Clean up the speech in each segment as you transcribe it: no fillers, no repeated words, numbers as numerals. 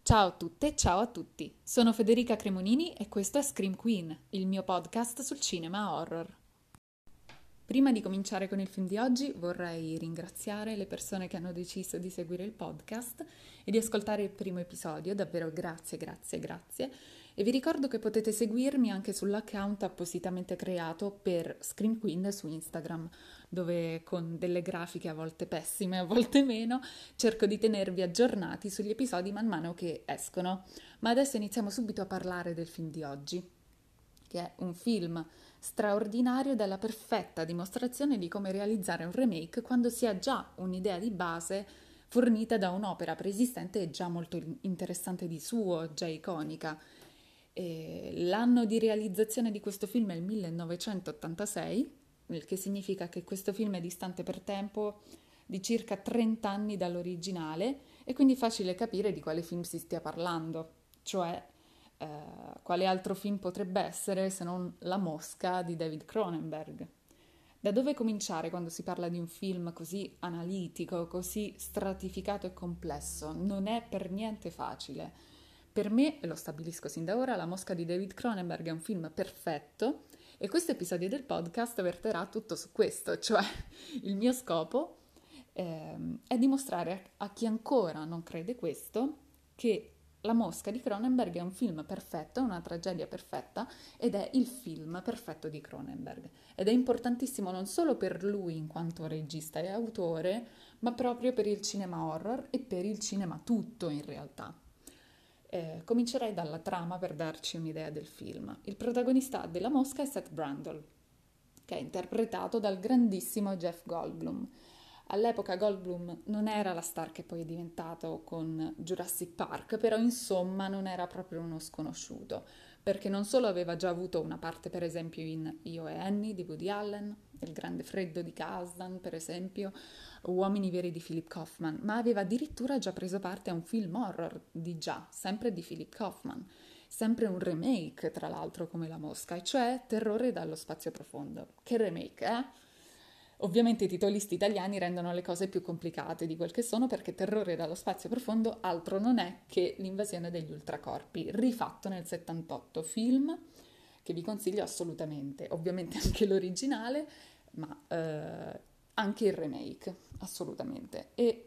Ciao a tutte e ciao a tutti, sono Federica Cremonini e questo è Scream Queen, il mio podcast sul cinema horror. Prima di cominciare con il film di oggi vorrei ringraziare le persone che hanno deciso di seguire il podcast e di ascoltare il primo episodio, davvero grazie, grazie, grazie. E vi ricordo che potete seguirmi anche sull'account appositamente creato per Scream Queen su Instagram, dove con delle grafiche a volte pessime, a volte meno, cerco di tenervi aggiornati sugli episodi man mano che escono. Ma adesso iniziamo subito a parlare del film di oggi, che è un film straordinario dalla perfetta dimostrazione di come realizzare un remake quando si ha già un'idea di base fornita da un'opera preesistente e già molto interessante di suo, già iconica. L'anno di realizzazione di questo film è il 1986, il che significa che questo film è distante per tempo di circa 30 anni dall'originale e quindi è facile capire di quale film si stia parlando, cioè quale altro film potrebbe essere se non La Mosca di David Cronenberg. Da dove cominciare quando si parla di un film così analitico, così stratificato e complesso? Non è per niente facile. Per me, e lo stabilisco sin da ora, La Mosca di David Cronenberg è un film perfetto e questo episodio del podcast verterà tutto su questo, cioè il mio scopo è dimostrare a chi ancora non crede questo che La Mosca di Cronenberg è un film perfetto, è una tragedia perfetta ed è il film perfetto di Cronenberg. Ed è importantissimo non solo per lui in quanto regista e autore, ma proprio per il cinema horror e per il cinema tutto in realtà. Comincerei dalla trama per darci un'idea del film. Il protagonista della Mosca è Seth Brundle, che è interpretato dal grandissimo Jeff Goldblum. All'epoca Goldblum non era la star che poi è diventato con Jurassic Park, però insomma non era proprio uno sconosciuto, perché non solo aveva già avuto una parte per esempio in Io e Annie di Woody Allen, Il grande freddo di Kasdan per esempio, Uomini veri di Philip Kaufman, ma aveva addirittura già preso parte a un film horror di già, sempre di Philip Kaufman, sempre un remake tra l'altro come La Mosca, e cioè Terrore dallo spazio profondo. Che remake, eh? Ovviamente i titolisti italiani rendono le cose più complicate di quel che sono perché Terrore dallo spazio profondo altro non è che l'invasione degli ultracorpi, rifatto nel 78, film che vi consiglio assolutamente, ovviamente anche l'originale, ma anche il remake, assolutamente. E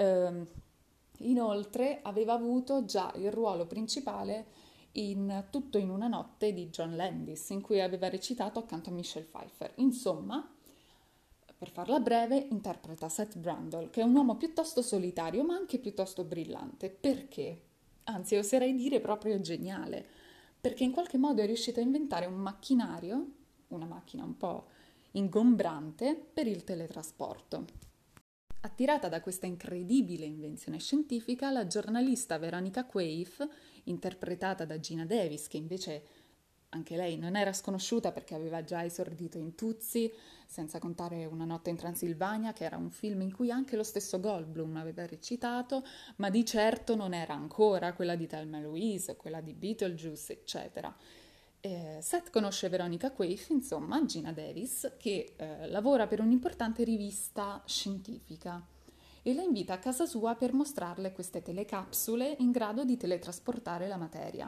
inoltre aveva avuto già il ruolo principale in Tutto in una notte di John Landis, in cui aveva recitato accanto a Michelle Pfeiffer. Insomma, per farla breve, interpreta Seth Brundle, che è un uomo piuttosto solitario, ma anche piuttosto brillante. Perché? Anzi, oserei dire proprio geniale, perché in qualche modo è riuscito a inventare un macchinario, una macchina un po' ingombrante, per il teletrasporto. Attirata da questa incredibile invenzione scientifica, la giornalista Veronica Quaife, interpretata da Gina Davis, che invece anche lei non era sconosciuta perché aveva già esordito in Tuzzi, senza contare Una notte in Transilvania, che era un film in cui anche lo stesso Goldblum aveva recitato, ma di certo non era ancora quella di Thelma e Louise, quella di Beetlejuice, eccetera. Seth conosce Veronica Quaife, insomma, Gina Davis, che lavora per un'importante rivista scientifica e la invita a casa sua per mostrarle queste telecapsule in grado di teletrasportare la materia.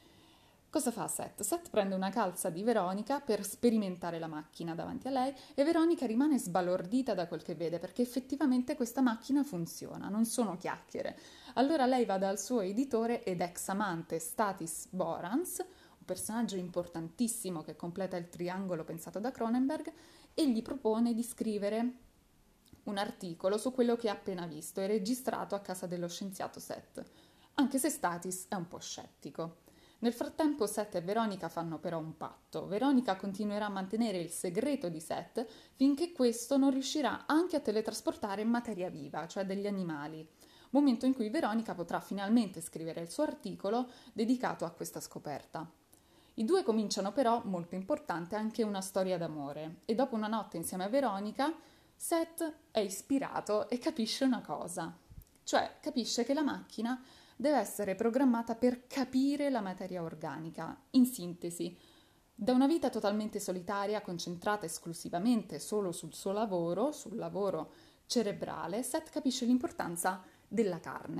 Cosa fa Seth? Seth prende una calza di Veronica per sperimentare la macchina davanti a lei e Veronica rimane sbalordita da quel che vede perché effettivamente questa macchina funziona, non sono chiacchiere. Allora lei va dal suo editore ed ex amante Statis Borans, un personaggio importantissimo che completa il triangolo pensato da Cronenberg, e gli propone di scrivere un articolo su quello che ha appena visto e registrato a casa dello scienziato Seth, anche se Statis è un po' scettico. Nel frattempo Seth e Veronica fanno però un patto. Veronica continuerà a mantenere il segreto di Seth finché questo non riuscirà anche a teletrasportare materia viva, cioè degli animali, momento in cui Veronica potrà finalmente scrivere il suo articolo dedicato a questa scoperta. I due cominciano però, molto importante, anche una storia d'amore e dopo una notte insieme a Veronica, Seth è ispirato e capisce una cosa, cioè capisce che la macchina deve essere programmata per capire la materia organica. In sintesi, da una vita totalmente solitaria, concentrata esclusivamente solo sul lavoro cerebrale, Seth capisce l'importanza della carne.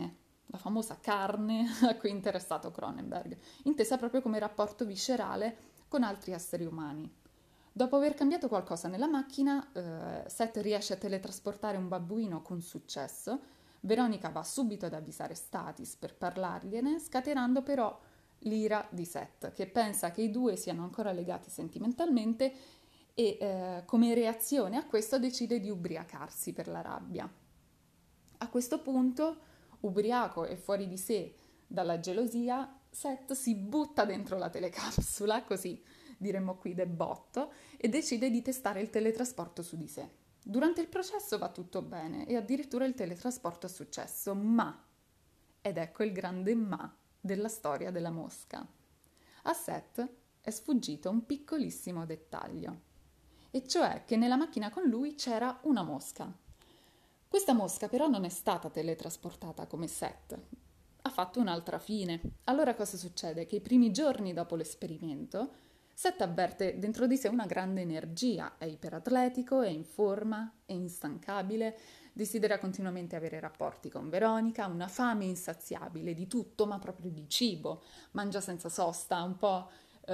la famosa carne a cui è interessato Cronenberg, intesa proprio come rapporto viscerale con altri esseri umani. Dopo aver cambiato qualcosa nella macchina, Seth riesce a teletrasportare un babbuino con successo. Veronica va subito ad avvisare Statis per parlargliene, scatenando però l'ira di Seth, che pensa che i due siano ancora legati sentimentalmente e come reazione a questo decide di ubriacarsi per la rabbia. A questo punto, ubriaco e fuori di sé dalla gelosia, Seth si butta dentro la telecapsula, così diremmo qui de botto, e decide di testare il teletrasporto su di sé. Durante il processo va tutto bene e addirittura il teletrasporto è successo, ma, ed ecco il grande ma della storia della mosca, a Seth è sfuggito un piccolissimo dettaglio, e cioè che nella macchina con lui c'era una mosca. Questa mosca però non è stata teletrasportata come Seth, ha fatto un'altra fine. Allora cosa succede? Che i primi giorni dopo l'esperimento Seth avverte dentro di sé una grande energia, è iperatletico, è in forma, è instancabile, desidera continuamente avere rapporti con Veronica, ha una fame insaziabile di tutto, ma proprio di cibo, mangia senza sosta, un po'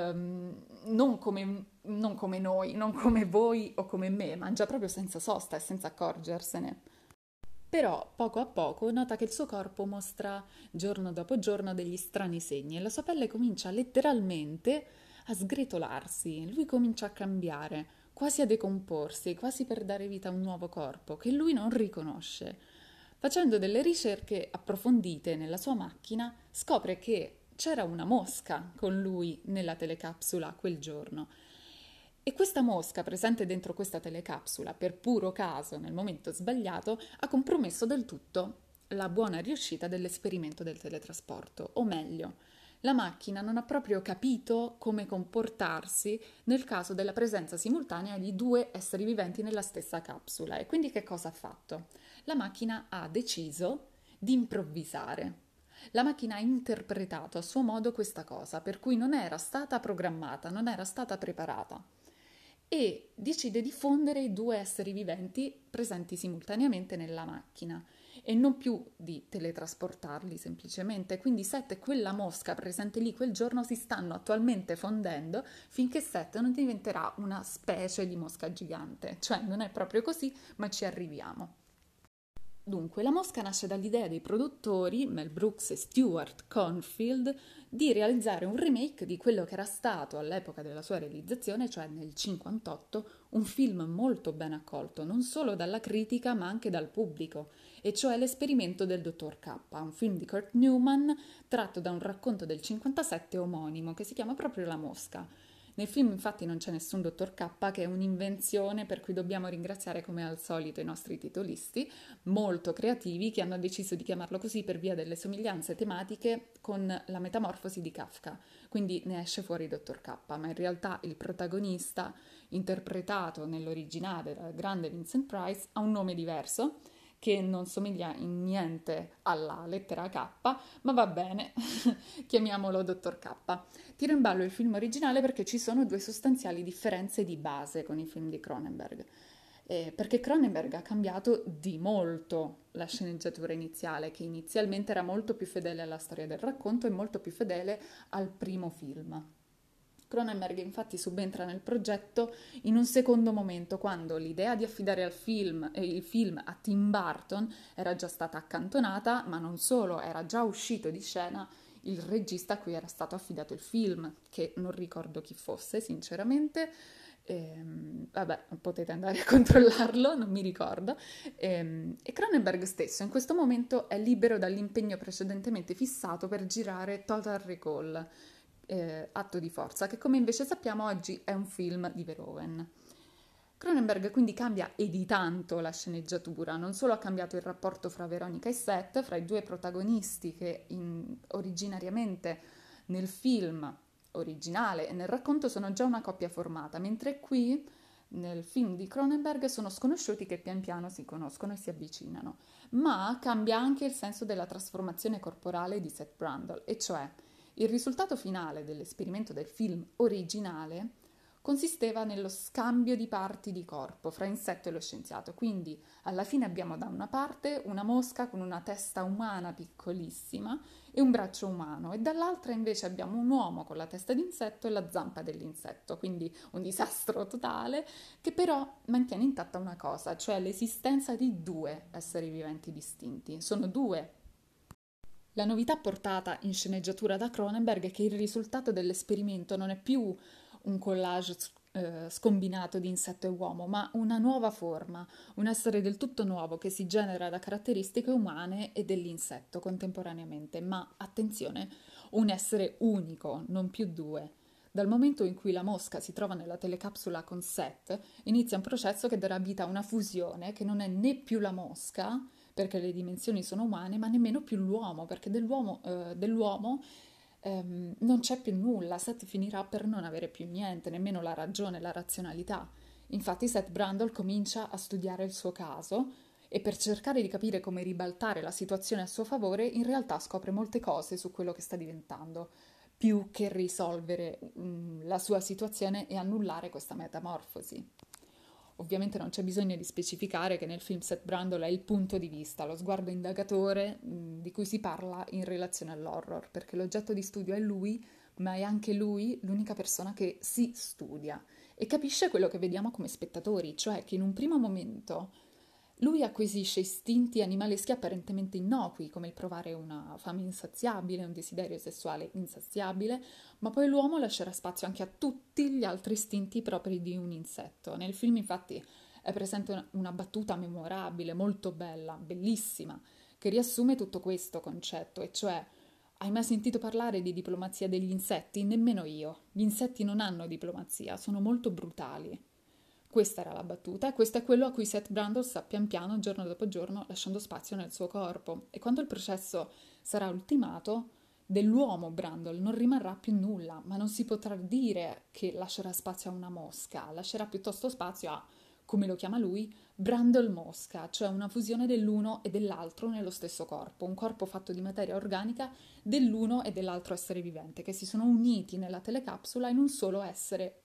non come noi, non come voi o come me, mangia proprio senza sosta e senza accorgersene. Però poco a poco nota che il suo corpo mostra giorno dopo giorno degli strani segni e la sua pelle comincia letteralmente a sgretolarsi, lui comincia a cambiare, quasi a decomporsi, quasi per dare vita a un nuovo corpo che lui non riconosce. Facendo delle ricerche approfondite nella sua macchina, scopre che c'era una mosca con lui nella telecapsula quel giorno. E questa mosca presente dentro questa telecapsula, per puro caso, nel momento sbagliato, ha compromesso del tutto la buona riuscita dell'esperimento del teletrasporto, o meglio, la macchina non ha proprio capito come comportarsi nel caso della presenza simultanea di due esseri viventi nella stessa capsula. E quindi che cosa ha fatto? La macchina ha deciso di improvvisare. La macchina ha interpretato a suo modo questa cosa, per cui non era stata programmata, non era stata preparata e decide di fondere i due esseri viventi presenti simultaneamente nella macchina e non più di teletrasportarli semplicemente. Quindi Seth e quella mosca presente lì quel giorno si stanno attualmente fondendo finché Seth non diventerà una specie di mosca gigante. Cioè non è proprio così, ma ci arriviamo. Dunque, la mosca nasce dall'idea dei produttori, Mel Brooks e Stuart Cornfield, di realizzare un remake di quello che era stato all'epoca della sua realizzazione, cioè nel 1958, un film molto ben accolto non solo dalla critica ma anche dal pubblico, e cioè L'esperimento del dottor K, un film di Kurt Newman tratto da un racconto del 1957 omonimo che si chiama proprio La mosca. Nel film infatti non c'è nessun dottor K, che è un'invenzione per cui dobbiamo ringraziare come al solito i nostri titolisti, molto creativi, che hanno deciso di chiamarlo così per via delle somiglianze tematiche con la metamorfosi di Kafka. Quindi ne esce fuori dottor K, ma in realtà il protagonista, interpretato nell'originale dal grande Vincent Price, ha un nome diverso, che non somiglia in niente alla lettera K, ma va bene, chiamiamolo dottor K. Tiro in ballo il film originale perché ci sono due sostanziali differenze di base con i film di Cronenberg. Perché Cronenberg ha cambiato di molto la sceneggiatura iniziale, che inizialmente era molto più fedele alla storia del racconto e molto più fedele al primo film. Cronenberg infatti subentra nel progetto in un secondo momento, quando l'idea di affidare il film a Tim Burton era già stata accantonata, ma non solo, era già uscito di scena il regista a cui era stato affidato il film, che non ricordo chi fosse sinceramente. Vabbè, potete andare a controllarlo, non mi ricordo. E Cronenberg stesso in questo momento è libero dall'impegno precedentemente fissato per girare Total Recall, Atto di forza, che come invece sappiamo oggi è un film di Verhoeven. Cronenberg quindi cambia e di tanto la sceneggiatura, non solo ha cambiato il rapporto fra Veronica e Seth, fra i due protagonisti che originariamente nel film originale e nel racconto sono già una coppia formata, mentre qui nel film di Cronenberg sono sconosciuti che pian piano si conoscono e si avvicinano. Ma cambia anche il senso della trasformazione corporale di Seth Brundle, e cioè il risultato finale dell'esperimento del film originale consisteva nello scambio di parti di corpo fra insetto e lo scienziato. Quindi alla fine abbiamo da una parte una mosca con una testa umana piccolissima e un braccio umano, e dall'altra invece abbiamo un uomo con la testa di insetto e la zampa dell'insetto, quindi un disastro totale, che però mantiene intatta una cosa, cioè l'esistenza di due esseri viventi distinti. Sono due. La novità portata in sceneggiatura da Cronenberg è che il risultato dell'esperimento non è più un collage scombinato di insetto e uomo, ma una nuova forma, un essere del tutto nuovo che si genera da caratteristiche umane e dell'insetto contemporaneamente, ma attenzione, un essere unico, non più due. Dal momento in cui la mosca si trova nella telecapsula con Seth, inizia un processo che darà vita a una fusione che non è né più la mosca, perché le dimensioni sono umane, ma nemmeno più l'uomo, perché dell'uomo non c'è più nulla. Seth finirà per non avere più niente, nemmeno la ragione, la razionalità. Infatti Seth Brundle comincia a studiare il suo caso e per cercare di capire come ribaltare la situazione a suo favore, in realtà scopre molte cose su quello che sta diventando, più che risolvere la sua situazione e annullare questa metamorfosi. Ovviamente non c'è bisogno di specificare che nel film Seth Brundle è il punto di vista, lo sguardo indagatore di cui si parla in relazione all'horror, perché l'oggetto di studio è lui, ma è anche lui l'unica persona che si studia e capisce quello che vediamo come spettatori, cioè che in un primo momento lui acquisisce istinti animaleschi apparentemente innocui, come il provare una fame insaziabile, un desiderio sessuale insaziabile, ma poi l'uomo lascerà spazio anche a tutti gli altri istinti propri di un insetto. Nel film, infatti, è presente una battuta memorabile, molto bella, bellissima, che riassume tutto questo concetto, e cioè: hai mai sentito parlare di diplomazia degli insetti? Nemmeno io. Gli insetti non hanno diplomazia, sono molto brutali. Questa era la battuta e questo è quello a cui Seth Brundle sta pian piano, giorno dopo giorno, lasciando spazio nel suo corpo. E quando il processo sarà ultimato, dell'uomo Brundle non rimarrà più nulla, ma non si potrà dire che lascerà spazio a una mosca, lascerà piuttosto spazio a, come lo chiama lui, Brundle mosca, cioè una fusione dell'uno e dell'altro nello stesso corpo, un corpo fatto di materia organica dell'uno e dell'altro essere vivente, che si sono uniti nella telecapsula in un solo essere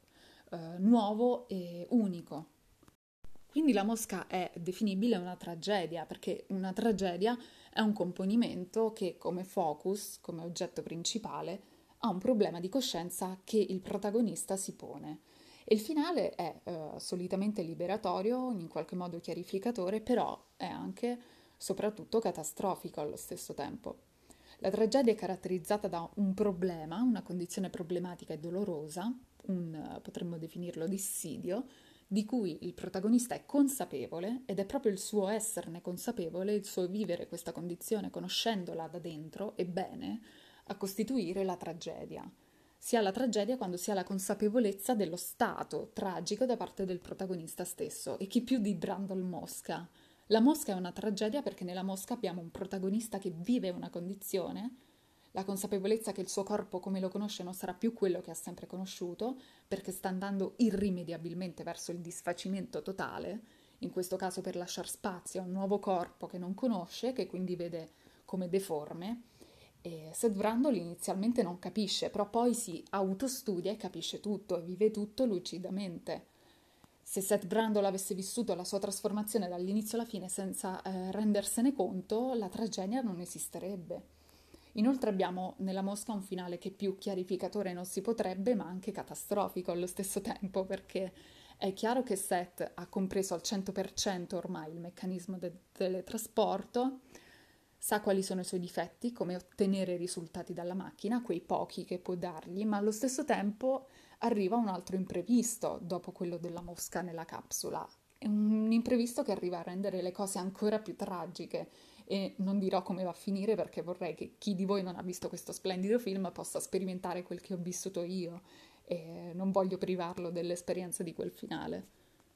nuovo e unico. Quindi la mosca è definibile una tragedia, perché una tragedia è un componimento che come focus, come oggetto principale, ha un problema di coscienza che il protagonista si pone. E il finale è solitamente liberatorio, in qualche modo chiarificatore, però è anche soprattutto catastrofico allo stesso tempo. La tragedia è caratterizzata da un problema, una condizione problematica e dolorosa, potremmo definirlo dissidio, di cui il protagonista è consapevole ed è proprio il suo esserne consapevole, il suo vivere questa condizione conoscendola da dentro e bene, a costituire la tragedia. Si ha la tragedia quando si ha la consapevolezza dello stato tragico da parte del protagonista stesso, e chi più di Brundle Mosca. La mosca è una tragedia perché nella mosca abbiamo un protagonista che vive una condizione, la consapevolezza che il suo corpo come lo conosce non sarà più quello che ha sempre conosciuto, perché sta andando irrimediabilmente verso il disfacimento totale, in questo caso per lasciare spazio a un nuovo corpo che non conosce, che quindi vede come deforme. E Seth Brundle inizialmente non capisce, però poi si autostudia e capisce tutto e vive tutto lucidamente. Se Seth Brundle avesse vissuto la sua trasformazione dall'inizio alla fine senza rendersene conto, la tragedia non esisterebbe. Inoltre abbiamo nella mosca un finale che più chiarificatore non si potrebbe, ma anche catastrofico allo stesso tempo, perché è chiaro che Seth ha compreso al 100% ormai il meccanismo del teletrasporto, sa quali sono i suoi difetti, come ottenere risultati dalla macchina, quei pochi che può dargli, ma allo stesso tempo arriva un altro imprevisto dopo quello della mosca nella capsula. È un imprevisto che arriva a rendere le cose ancora più tragiche, e non dirò come va a finire perché vorrei che chi di voi non ha visto questo splendido film possa sperimentare quel che ho vissuto io, e non voglio privarlo dell'esperienza di quel finale.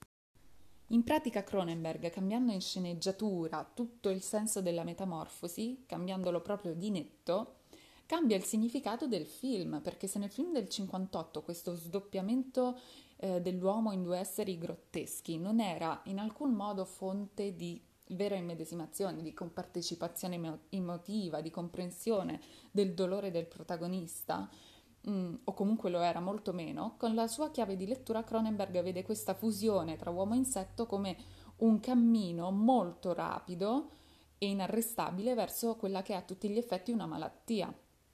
In pratica Cronenberg, cambiando in sceneggiatura tutto il senso della metamorfosi, cambiandolo proprio di netto, cambia il significato del film, perché se nel film del 58 questo sdoppiamento dell'uomo in due esseri grotteschi non era in alcun modo fonte di vera immedesimazione, di compartecipazione emotiva, di comprensione del dolore del protagonista, o comunque lo era molto meno, con la sua chiave di lettura Cronenberg vede questa fusione tra uomo e insetto come un cammino molto rapido e inarrestabile verso quella che è a tutti gli effetti una malattia.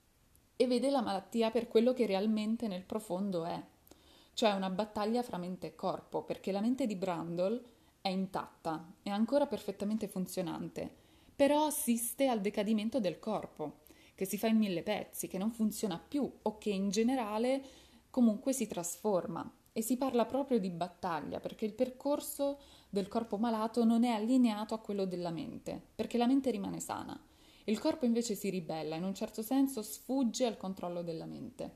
E vede la malattia per quello che realmente nel profondo è, cioè una battaglia fra mente e corpo, perché la mente di Brundle è intatta, è ancora perfettamente funzionante, però assiste al decadimento del corpo, che si fa in mille pezzi, che non funziona più o che in generale comunque si trasforma. E si parla proprio di battaglia, perché il percorso del corpo malato non è allineato a quello della mente, perché la mente rimane sana. Il corpo invece si ribella, in un certo senso sfugge al controllo della mente.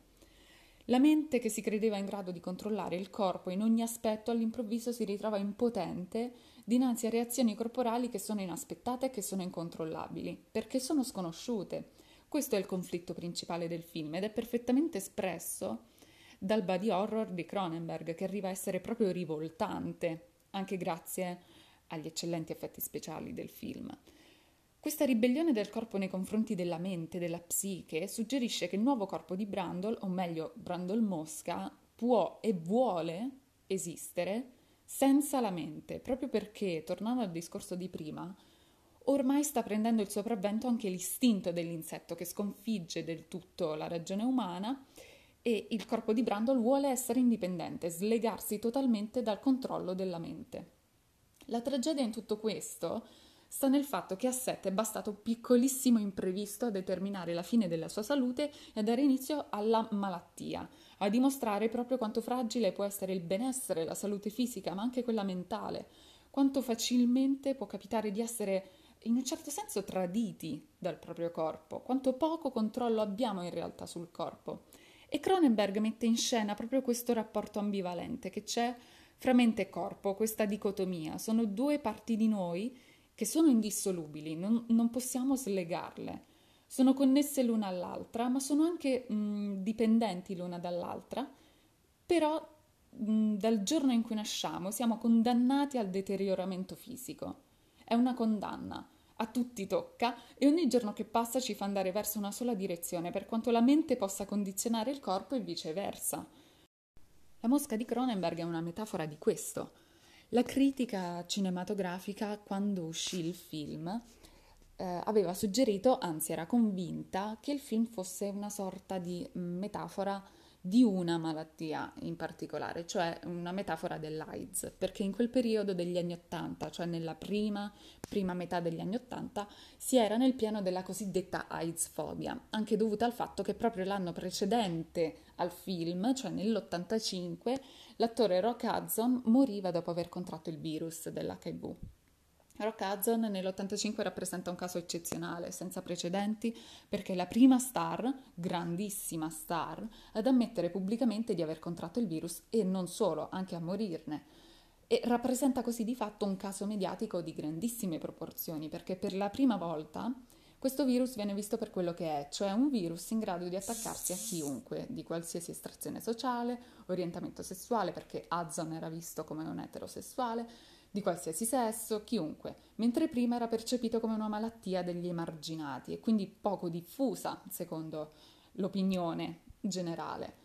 La mente che si credeva in grado di controllare il corpo in ogni aspetto all'improvviso si ritrova impotente dinanzi a reazioni corporali che sono inaspettate e che sono incontrollabili, perché sono sconosciute. Questo è il conflitto principale del film ed è perfettamente espresso dal body horror di Cronenberg, che arriva a essere proprio rivoltante, anche grazie agli eccellenti effetti speciali del film. Questa ribellione del corpo nei confronti della mente, della psiche, suggerisce che il nuovo corpo di Brundle, o meglio Brundle Mosca, può e vuole esistere senza la mente, proprio perché, tornando al discorso di prima, ormai sta prendendo il sopravvento anche l'istinto dell'insetto che sconfigge del tutto la ragione umana e il corpo di Brundle vuole essere indipendente, slegarsi totalmente dal controllo della mente. La tragedia in tutto questo sta nel fatto che a Seth è bastato un piccolissimo imprevisto a determinare la fine della sua salute e a dare inizio alla malattia, a dimostrare proprio quanto fragile può essere il benessere, la salute fisica, ma anche quella mentale, quanto facilmente può capitare di essere in un certo senso traditi dal proprio corpo, quanto poco controllo abbiamo in realtà sul corpo. E Cronenberg mette in scena proprio questo rapporto ambivalente che c'è fra mente e corpo, questa dicotomia. Sono due parti di noi che sono indissolubili, non possiamo slegarle. Sono connesse l'una all'altra, ma sono anche dipendenti l'una dall'altra, però dal giorno in cui nasciamo siamo condannati al deterioramento fisico. È una condanna. A tutti tocca e ogni giorno che passa ci fa andare verso una sola direzione, per quanto la mente possa condizionare il corpo e viceversa. La mosca di Cronenberg è una metafora di questo. La critica cinematografica, quando uscì il film, aveva suggerito, anzi era convinta, che il film fosse una sorta di metafora di una malattia in particolare, cioè una metafora dell'AIDS, perché in quel periodo degli anni Ottanta, cioè nella prima metà degli anni Ottanta, si era nel pieno della cosiddetta AIDS-fobia, anche dovuta al fatto che proprio l'anno precedente al film, cioè nell'85, l'attore Rock Hudson moriva dopo aver contratto il virus dell'HIV. Rock Hudson nell'85 rappresenta un caso eccezionale, senza precedenti, perché è la prima star, grandissima star, ad ammettere pubblicamente di aver contratto il virus e non solo, anche a morirne. E rappresenta così di fatto un caso mediatico di grandissime proporzioni, perché per la prima volta questo virus viene visto per quello che è, cioè un virus in grado di attaccarsi a chiunque, di qualsiasi estrazione sociale, orientamento sessuale, perché Hudson era visto come un eterosessuale, di qualsiasi sesso, chiunque, mentre prima era percepito come una malattia degli emarginati e quindi poco diffusa, secondo l'opinione generale.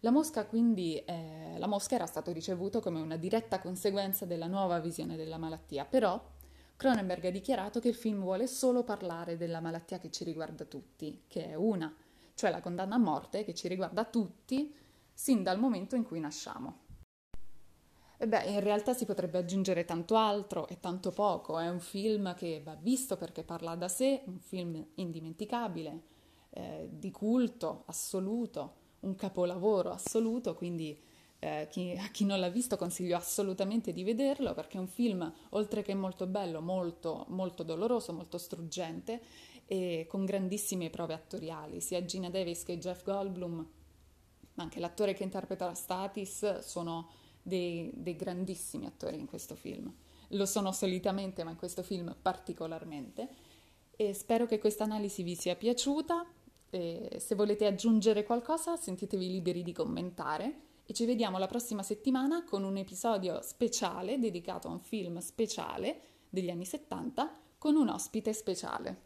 La mosca era stato ricevuto come una diretta conseguenza della nuova visione della malattia, però Cronenberg ha dichiarato che il film vuole solo parlare della malattia che ci riguarda tutti, che è una, cioè la condanna a morte che ci riguarda tutti sin dal momento in cui nasciamo. E beh, in realtà si potrebbe aggiungere tanto altro e tanto poco. È un film che va visto perché parla da sé, un film indimenticabile, di culto assoluto, un capolavoro assoluto, quindi a chi non l'ha visto consiglio assolutamente di vederlo perché è un film, oltre che molto bello, molto, molto doloroso, molto struggente e con grandissime prove attoriali. Sia Gina Davis che Jeff Goldblum, ma anche l'attore che interpreta la Statis, sono dei grandissimi attori in questo film. Lo sono solitamente, ma in questo film particolarmente. E spero che questa analisi vi sia piaciuta. E se volete aggiungere qualcosa, sentitevi liberi di commentare. E ci vediamo la prossima settimana con un episodio speciale dedicato a un film speciale degli anni 70 con un ospite speciale.